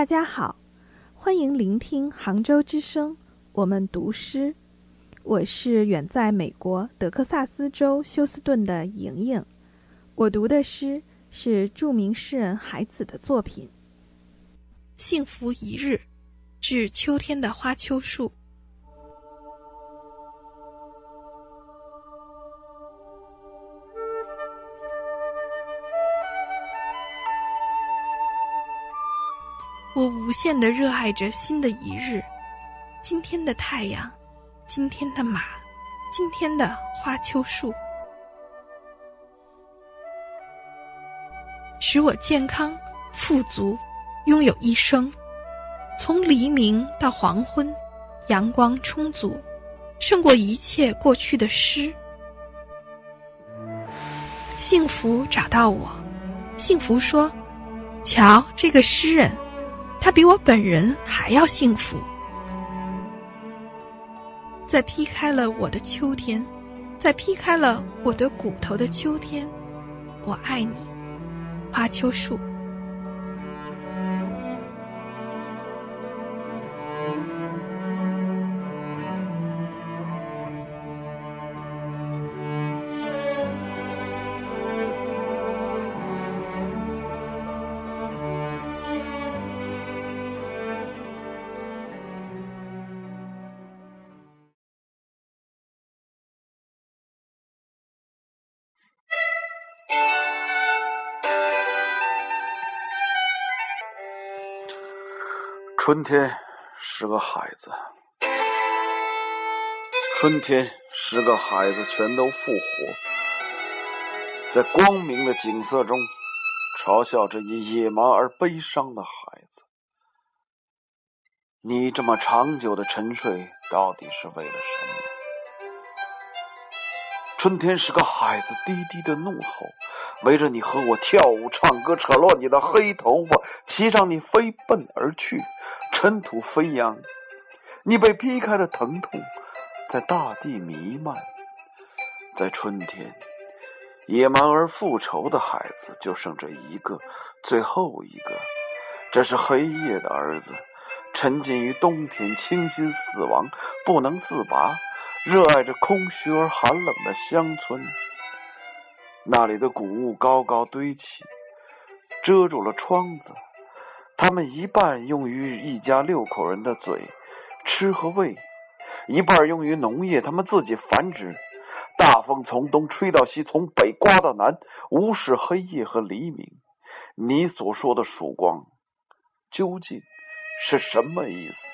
大家好，欢迎聆听杭州之声，我们读诗。我是远在美国德克萨斯州休斯顿的莹莹，我读的诗是著名诗人海子的作品《幸福一日》，致秋天的花秋树。我无限地热爱着新的一日，今天的太阳，今天的马，今天的花秋树，使我健康富足，拥有一生。从黎明到黄昏，阳光充足，胜过一切过去的诗。幸福找到我，幸福说：瞧这个诗人，他比我本人还要幸福。在劈开了我的秋天，在劈开了我的骨头的秋天，我爱你，花秋树。 春天是个孩子，春天是个孩子，全都复活，在光明的景色中嘲笑这一野蛮而悲伤的孩子。你这么长久的沉睡到底是为了什么？春天是个孩子，低低的怒吼，围着你和我跳舞唱歌，扯落你的黑头发，骑上你飞奔而去，尘土飞扬，你被劈开的疼痛在大地弥漫。在春天，野蛮而复仇的孩子就剩这一个，最后一个。这是黑夜的儿子，沉浸于冬天，倾心死亡，不能自拔，热爱着空虚而寒冷的乡村。那里的谷物高高堆起，遮住了窗子，他们一半用于一家6口人的嘴吃和喂，一半用于农业，他们自己繁殖。大风从东吹到西，从北刮到南，无视黑夜和黎明。你所说的曙光究竟是什么意思？